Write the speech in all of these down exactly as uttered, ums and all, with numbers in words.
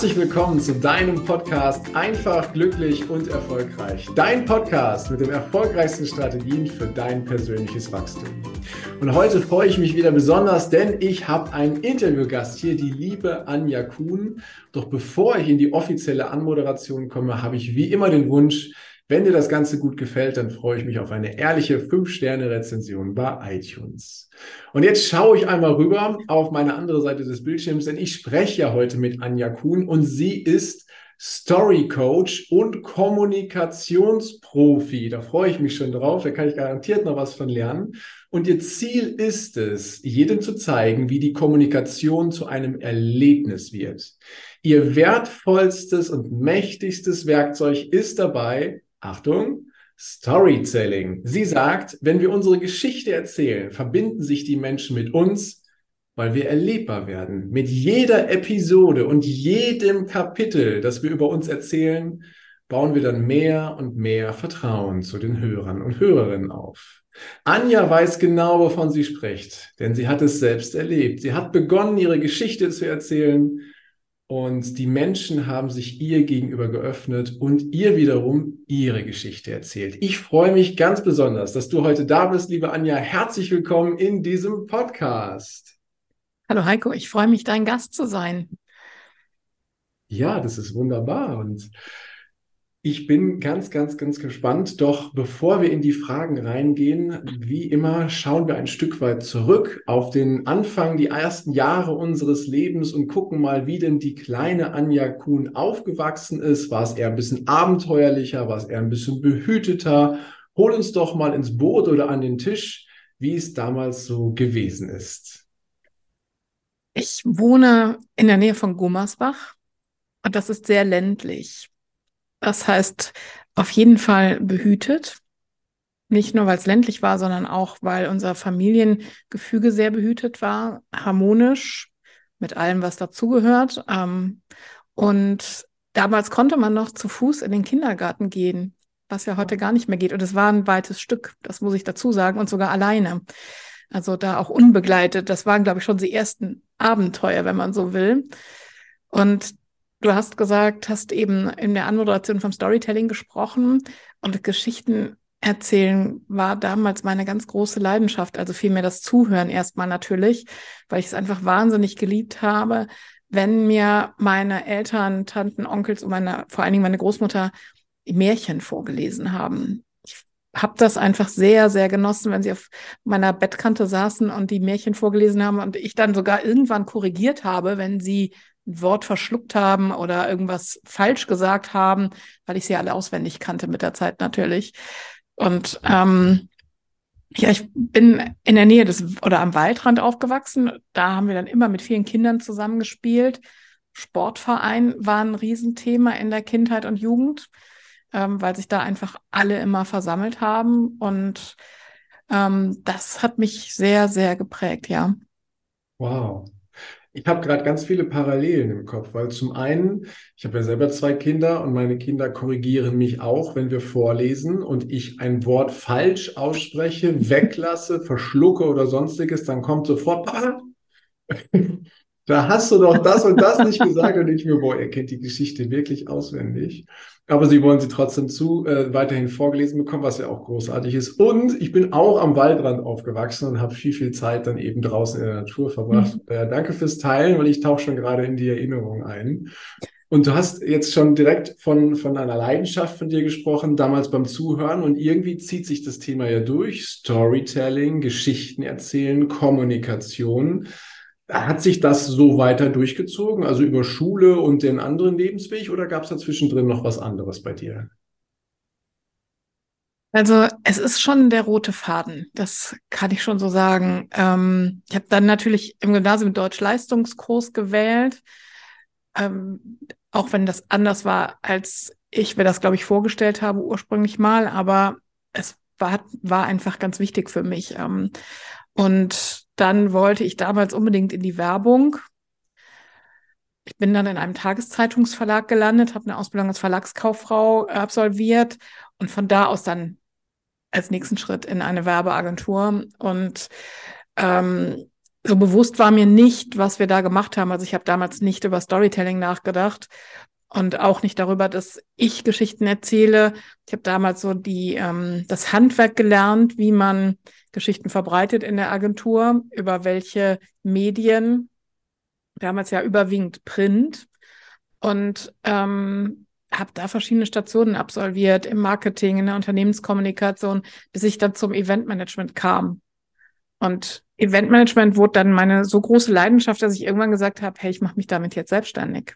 Herzlich willkommen zu deinem Podcast Einfach, glücklich und erfolgreich. Dein Podcast mit den erfolgreichsten Strategien für dein persönliches Wachstum. Und heute freue ich mich wieder besonders, denn ich habe einen Interviewgast hier, die liebe Anja Kuhn. Doch bevor ich in die offizielle Anmoderation komme, habe ich wie immer den Wunsch, wenn dir das Ganze gut gefällt, dann freue ich mich auf eine ehrliche fünf Sterne Rezension bei iTunes. Und jetzt schaue ich einmal rüber auf meine andere Seite des Bildschirms, denn ich spreche ja heute mit Anja Kuhn und sie ist Story Coach und Kommunikationsprofi. Da freue ich mich schon drauf, da kann ich garantiert noch was von lernen. Und ihr Ziel ist es, jedem zu zeigen, wie die Kommunikation zu einem Erlebnis wird. Ihr wertvollstes und mächtigstes Werkzeug ist dabei, Achtung, Storytelling. Sie sagt, wenn wir unsere Geschichte erzählen, verbinden sich die Menschen mit uns, weil wir erlebbar werden. Mit jeder Episode und jedem Kapitel, das wir über uns erzählen, bauen wir dann mehr und mehr Vertrauen zu den Hörern und Hörerinnen auf. Anja weiß genau, wovon sie spricht, denn sie hat es selbst erlebt. Sie hat begonnen, ihre Geschichte zu erzählen, und die Menschen haben sich ihr gegenüber geöffnet und ihr wiederum ihre Geschichte erzählt. Ich freue mich ganz besonders, dass du heute da bist, liebe Anja. Herzlich willkommen in diesem Podcast. Hallo Heiko, ich freue mich, dein Gast zu sein. Ja, das ist wunderbar und ich bin ganz, ganz, ganz gespannt. Doch bevor wir in die Fragen reingehen, wie immer, schauen wir ein Stück weit zurück auf den Anfang, die ersten Jahre unseres Lebens und gucken mal, wie denn die kleine Anja Kuhn aufgewachsen ist. War es eher ein bisschen abenteuerlicher? War es eher ein bisschen behüteter? Hol uns doch mal ins Boot oder an den Tisch, wie es damals so gewesen ist. Ich wohne in der Nähe von Gummersbach und das ist sehr ländlich. Das heißt, auf jeden Fall behütet. Nicht nur, weil es ländlich war, sondern auch, weil unser Familiengefüge sehr behütet war, harmonisch, mit allem, was dazugehört. Ähm, und damals konnte man noch zu Fuß in den Kindergarten gehen, was ja heute gar nicht mehr geht. Und es war ein weites Stück, das muss ich dazu sagen, und sogar alleine. Also da auch unbegleitet. Das waren, glaube ich, schon die ersten Abenteuer, wenn man so will. Und du hast gesagt, hast eben in der Anmoderation vom Storytelling gesprochen und Geschichten erzählen war damals meine ganz große Leidenschaft. Also vielmehr das Zuhören erstmal natürlich, weil ich es einfach wahnsinnig geliebt habe, wenn mir meine Eltern, Tanten, Onkels und meine, vor allen Dingen meine Großmutter Märchen vorgelesen haben. Ich habe das einfach sehr, sehr genossen, wenn sie auf meiner Bettkante saßen und die Märchen vorgelesen haben und ich dann sogar irgendwann korrigiert habe, wenn sie ein Wort verschluckt haben oder irgendwas falsch gesagt haben, weil ich sie alle auswendig kannte mit der Zeit natürlich. Und ähm, ja, ich bin in der Nähe des oder am Waldrand aufgewachsen. Da haben wir dann immer mit vielen Kindern zusammengespielt. Sportverein war ein Riesenthema in der Kindheit und Jugend, ähm, weil sich da einfach alle immer versammelt haben. Und ähm, das hat mich sehr, sehr geprägt, ja. Wow. Ich habe gerade ganz viele Parallelen im Kopf, weil zum einen, ich habe ja selber zwei Kinder und meine Kinder korrigieren mich auch, wenn wir vorlesen und ich ein Wort falsch ausspreche, weglasse, verschlucke oder sonstiges, dann kommt sofort, Papa, da hast du doch das und das nicht gesagt und ich mir, boah, ihr kennt die Geschichte wirklich auswendig. Aber sie wollen sie trotzdem zu, äh, weiterhin vorgelesen bekommen, was ja auch großartig ist. Und ich bin auch am Waldrand aufgewachsen und habe viel, viel Zeit dann eben draußen in der Natur verbracht. Äh, danke fürs Teilen, weil ich tauche schon gerade in die Erinnerung ein. Und du hast jetzt schon direkt von, von einer Leidenschaft von dir gesprochen, damals beim Zuhören. Und irgendwie zieht sich das Thema ja durch. Storytelling, Geschichten erzählen, Kommunikation. Hat sich das so weiter durchgezogen, also über Schule und den anderen Lebensweg, oder gab es da zwischendrin noch was anderes bei dir? Also es ist schon der rote Faden, das kann ich schon so sagen. Ähm, ich habe dann natürlich im Gymnasium Deutsch-Leistungskurs gewählt, ähm, auch wenn das anders war, als ich mir das, glaube ich, vorgestellt habe ursprünglich mal, aber es war, war einfach ganz wichtig für mich. Ähm, und dann wollte ich damals unbedingt in die Werbung. Ich bin dann in einem Tageszeitungsverlag gelandet, habe eine Ausbildung als Verlagskauffrau absolviert und von da aus dann als nächsten Schritt in eine Werbeagentur. Und ähm, so bewusst war mir nicht, was wir da gemacht haben. Also ich habe damals nicht über Storytelling nachgedacht und auch nicht darüber, dass ich Geschichten erzähle. Ich habe damals so die ähm, das Handwerk gelernt, wie man Geschichten verbreitet in der Agentur, über welche Medien, damals ja überwiegend Print, und ähm, habe da verschiedene Stationen absolviert im Marketing, in der Unternehmenskommunikation, bis ich dann zum Eventmanagement kam. Und Eventmanagement wurde dann meine so große Leidenschaft, dass ich irgendwann gesagt habe, hey, ich mache mich damit jetzt selbstständig.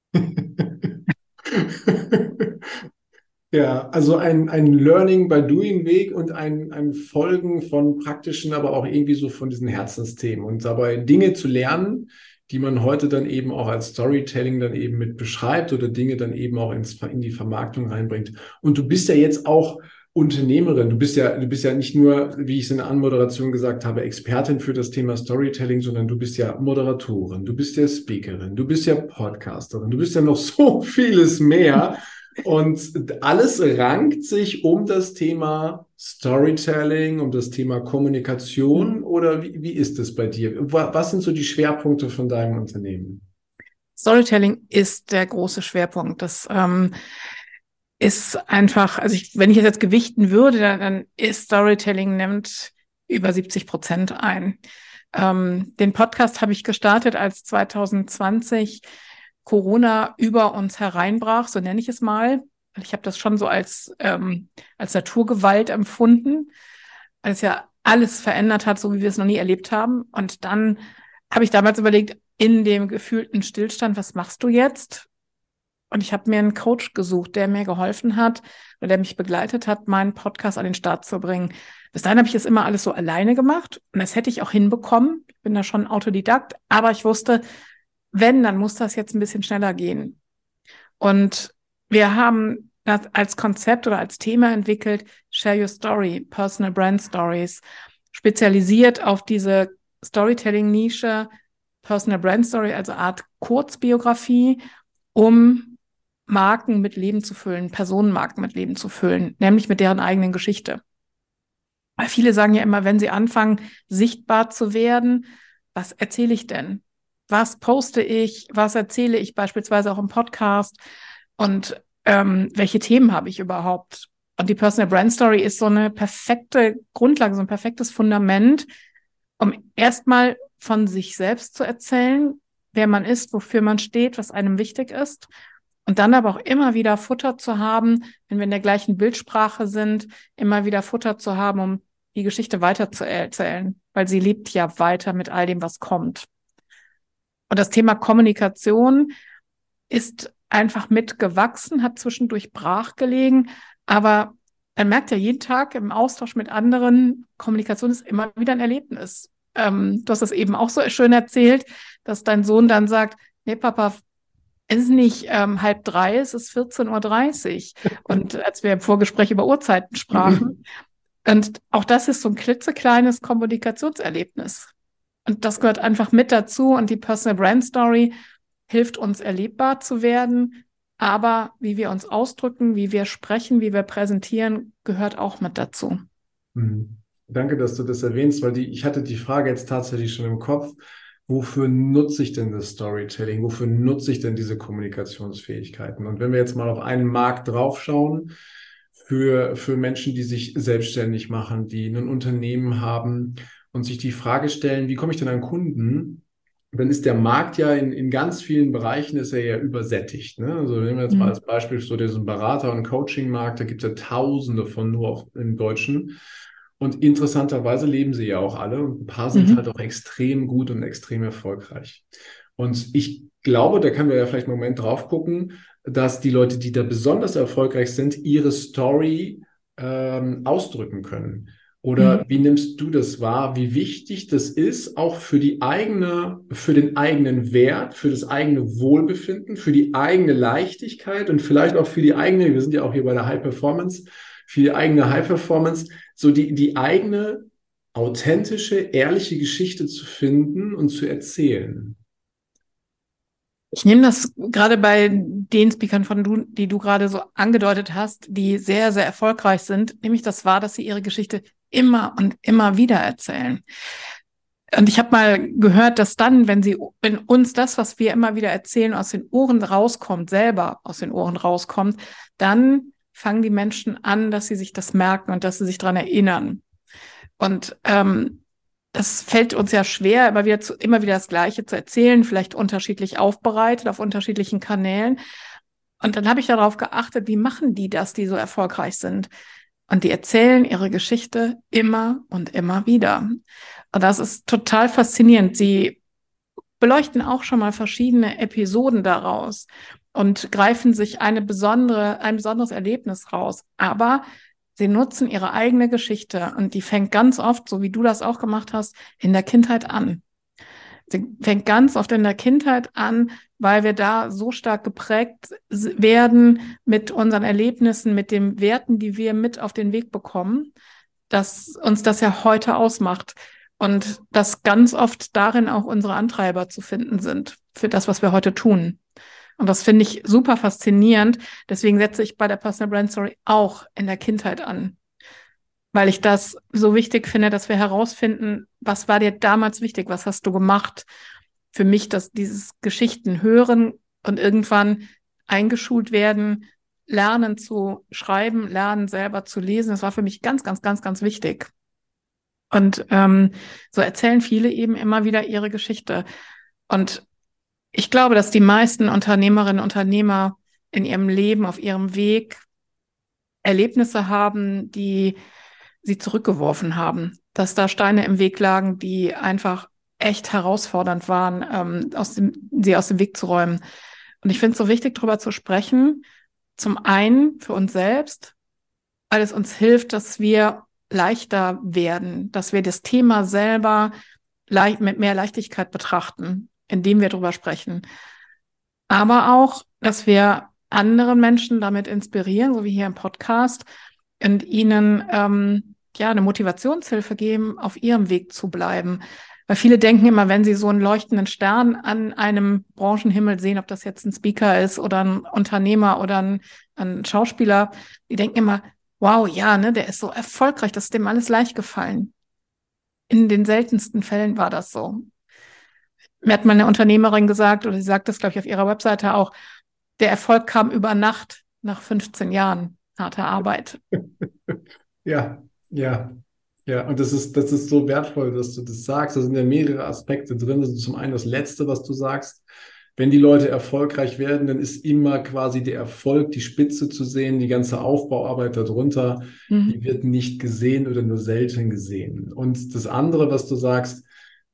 Ja, also ein, ein Learning by Doing Weg und ein, ein Folgen von praktischen, aber auch irgendwie so von diesen Herzensthemen und dabei Dinge zu lernen, die man heute dann eben auch als Storytelling dann eben mit beschreibt oder Dinge dann eben auch ins, in die Vermarktung reinbringt. Und du bist ja jetzt auch Unternehmerin. Du bist ja, du bist ja nicht nur, wie ich es in der Anmoderation gesagt habe, Expertin für das Thema Storytelling, sondern du bist ja Moderatorin, du bist ja Speakerin, du bist ja Podcasterin, du bist ja noch so vieles mehr. Und alles rankt sich um das Thema Storytelling, um das Thema Kommunikation, oder wie, wie ist es bei dir? Was sind so die Schwerpunkte von deinem Unternehmen? Storytelling ist der große Schwerpunkt. Das ähm, ist einfach, also ich, wenn ich es jetzt gewichten würde, dann, dann ist Storytelling nimmt über siebzig Prozent ein. Ähm, den Podcast habe ich gestartet, als zwanzig zwanzig Corona über uns hereinbrach, so nenne ich es mal. Ich habe das schon so als, ähm, als Naturgewalt empfunden, weil es ja alles verändert hat, so wie wir es noch nie erlebt haben. Und dann habe ich damals überlegt, in dem gefühlten Stillstand, was machst du jetzt? Und ich habe mir einen Coach gesucht, der mir geholfen hat oder der mich begleitet hat, meinen Podcast an den Start zu bringen. Bis dahin habe ich das immer alles so alleine gemacht und das hätte ich auch hinbekommen. Ich bin da schon Autodidakt, aber ich wusste, wenn, dann muss das jetzt ein bisschen schneller gehen. Und wir haben das als Konzept oder als Thema entwickelt, Share Your Story, Personal Brand Stories, spezialisiert auf diese Storytelling-Nische, Personal Brand Story, also Art Kurzbiografie, um Marken mit Leben zu füllen, Personenmarken mit Leben zu füllen, nämlich mit deren eigenen Geschichte. Weil viele sagen ja immer, wenn sie anfangen, sichtbar zu werden, was erzähle ich denn? Was poste ich? Was erzähle ich beispielsweise auch im Podcast? Und ähm, welche Themen habe ich überhaupt? Und die Personal Brand Story ist so eine perfekte Grundlage, so ein perfektes Fundament, um erstmal von sich selbst zu erzählen, wer man ist, wofür man steht, was einem wichtig ist. Und dann aber auch immer wieder Futter zu haben, wenn wir in der gleichen Bildsprache sind, immer wieder Futter zu haben, um die Geschichte weiter zu erzählen, weil sie lebt ja weiter mit all dem, was kommt. Und das Thema Kommunikation ist einfach mitgewachsen, hat zwischendurch brach gelegen, aber man merkt ja jeden Tag im Austausch mit anderen, Kommunikation ist immer wieder ein Erlebnis. Ähm, du hast es eben auch so schön erzählt, dass dein Sohn dann sagt, nee, Papa, es ist nicht ähm, halb drei, es ist vierzehn Uhr dreißig. Und als wir im Vorgespräch über Uhrzeiten sprachen, und auch das ist so ein klitzekleines Kommunikationserlebnis. Und das gehört einfach mit dazu. Und die Personal Brand Story hilft uns, erlebbar zu werden. Aber wie wir uns ausdrücken, wie wir sprechen, wie wir präsentieren, gehört auch mit dazu. Mhm. Danke, dass du das erwähnst, weil die, ich hatte die Frage jetzt tatsächlich schon im Kopf. Wofür nutze ich denn das Storytelling? Wofür nutze ich denn diese Kommunikationsfähigkeiten? Und wenn wir jetzt mal auf einen Markt draufschauen, für, für Menschen, die sich selbstständig machen, die ein Unternehmen haben und sich die Frage stellen, wie komme ich denn an Kunden? Dann ist der Markt ja in, in ganz vielen Bereichen ist er ja übersättigt. Ne? Also nehmen wir jetzt mal als Beispiel so diesen Berater- und Coaching-Markt, da gibt es ja Tausende von nur auf, im Deutschen. Und interessanterweise leben sie ja auch alle und ein paar sind Mhm. halt auch extrem gut und extrem erfolgreich. Und ich glaube, da können wir ja vielleicht einen Moment drauf gucken, dass die Leute, die da besonders erfolgreich sind, ihre Story ähm, ausdrücken können. Oder Mhm. wie nimmst du das wahr, wie wichtig das ist, auch für die eigene, für den eigenen Wert, für das eigene Wohlbefinden, für die eigene Leichtigkeit und vielleicht auch für die eigene, wir sind ja auch hier bei der High Performance, für die eigene High Performance, so die, die eigene authentische, ehrliche Geschichte zu finden und zu erzählen. Ich nehme das gerade bei den Speakern, von du, die du gerade so angedeutet hast, die sehr, sehr erfolgreich sind, nehme ich das wahr, dass sie ihre Geschichte immer und immer wieder erzählen. Und ich habe mal gehört, dass dann, wenn sie, wenn uns das, was wir immer wieder erzählen, aus den Ohren rauskommt, selber aus den Ohren rauskommt, dann fangen die Menschen an, dass sie sich das merken und dass sie sich daran erinnern. Und ähm, das fällt uns ja schwer, immer wieder, zu, immer wieder das Gleiche zu erzählen, vielleicht unterschiedlich aufbereitet, auf unterschiedlichen Kanälen. Und dann habe ich darauf geachtet, wie machen die das, die so erfolgreich sind? Und die erzählen ihre Geschichte immer und immer wieder. Und das ist total faszinierend. Sie beleuchten auch schon mal verschiedene Episoden daraus und greifen sich eine besondere, ein besonderes Erlebnis raus. Aber sie nutzen ihre eigene Geschichte und die fängt ganz oft, so wie du das auch gemacht hast, in der Kindheit an. Sie fängt ganz oft in der Kindheit an, weil wir da so stark geprägt werden mit unseren Erlebnissen, mit den Werten, die wir mit auf den Weg bekommen, dass uns das ja heute ausmacht. Und dass ganz oft darin auch unsere Antreiber zu finden sind für das, was wir heute tun. Und das finde ich super faszinierend. Deswegen setze ich bei der Personal Brand Story auch in der Kindheit an. Weil ich das so wichtig finde, dass wir herausfinden, was war dir damals wichtig? Was hast du gemacht? Für mich, dass dieses Geschichten hören und irgendwann eingeschult werden, lernen zu schreiben, lernen selber zu lesen. Das war für mich ganz, ganz, ganz, ganz wichtig. Und ähm, so erzählen viele eben immer wieder ihre Geschichte. Und ich glaube, dass die meisten Unternehmerinnen und Unternehmer in ihrem Leben, auf ihrem Weg Erlebnisse haben, die sie zurückgeworfen haben. Dass da Steine im Weg lagen, die einfach echt herausfordernd waren, ähm, aus dem, sie aus dem Weg zu räumen. Und ich finde es so wichtig, darüber zu sprechen. Zum einen für uns selbst, weil es uns hilft, dass wir leichter werden, dass wir das Thema selber leicht, mit mehr Leichtigkeit betrachten, indem wir darüber sprechen. Aber auch, dass wir andere Menschen damit inspirieren, so wie hier im Podcast, und ihnen ähm, ja eine Motivationshilfe geben, auf ihrem Weg zu bleiben. Weil viele denken immer, wenn sie so einen leuchtenden Stern an einem Branchenhimmel sehen, ob das jetzt ein Speaker ist oder ein Unternehmer oder ein, ein Schauspieler, die denken immer, wow, ja, ne, der ist so erfolgreich, das ist dem alles leicht gefallen. In den seltensten Fällen war das so. Mir hat mal eine Unternehmerin gesagt, oder sie sagt das, glaube ich, auf ihrer Webseite auch, der Erfolg kam über Nacht nach fünfzehn Jahren harter Arbeit. Ja, ja, ja. Und das ist, das ist so wertvoll, dass du das sagst. Da sind ja mehrere Aspekte drin. Das ist zum einen das Letzte, was du sagst. Wenn die Leute erfolgreich werden, dann ist immer quasi der Erfolg, die Spitze zu sehen, die ganze Aufbauarbeit darunter, mhm. die wird nicht gesehen oder nur selten gesehen. Und das andere, was du sagst,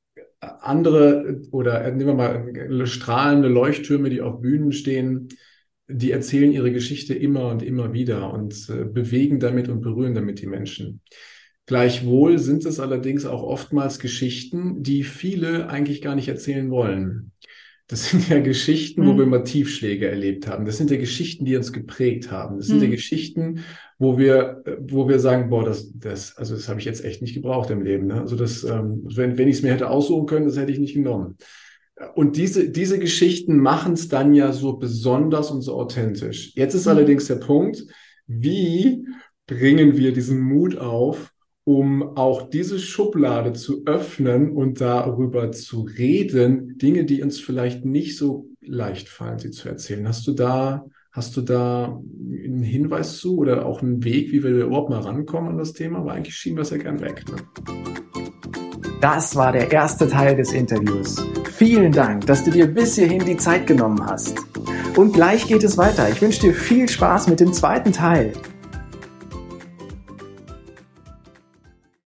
andere oder nehmen wir mal strahlende Leuchttürme, die auf Bühnen stehen, die erzählen ihre Geschichte immer und immer wieder und äh, bewegen damit und berühren damit die Menschen. Gleichwohl sind es allerdings auch oftmals Geschichten, die viele eigentlich gar nicht erzählen wollen. Das sind ja Geschichten, wo mhm. wir mal Tiefschläge erlebt haben. Das sind ja Geschichten, die uns geprägt haben. Das sind mhm. ja Geschichten, wo wir, wo wir sagen, boah, das, das, also das habe ich jetzt echt nicht gebraucht im Leben. Ne? Also das, ähm, wenn, wenn ich es mir hätte aussuchen können, das hätte ich nicht genommen. Und diese, diese Geschichten machen es dann ja so besonders und so authentisch. Jetzt ist mhm. allerdings der Punkt, wie bringen wir diesen Mut auf, um auch diese Schublade zu öffnen und darüber zu reden, Dinge, die uns vielleicht nicht so leicht fallen, sie zu erzählen. Hast du da, hast du da einen Hinweis zu oder auch einen Weg, wie wir überhaupt mal rankommen an das Thema? Aber eigentlich schieben wir es ja gern weg. Ne? Das war der erste Teil des Interviews. Vielen Dank, dass du dir bis hierhin die Zeit genommen hast. Und gleich geht es weiter. Ich wünsche dir viel Spaß mit dem zweiten Teil.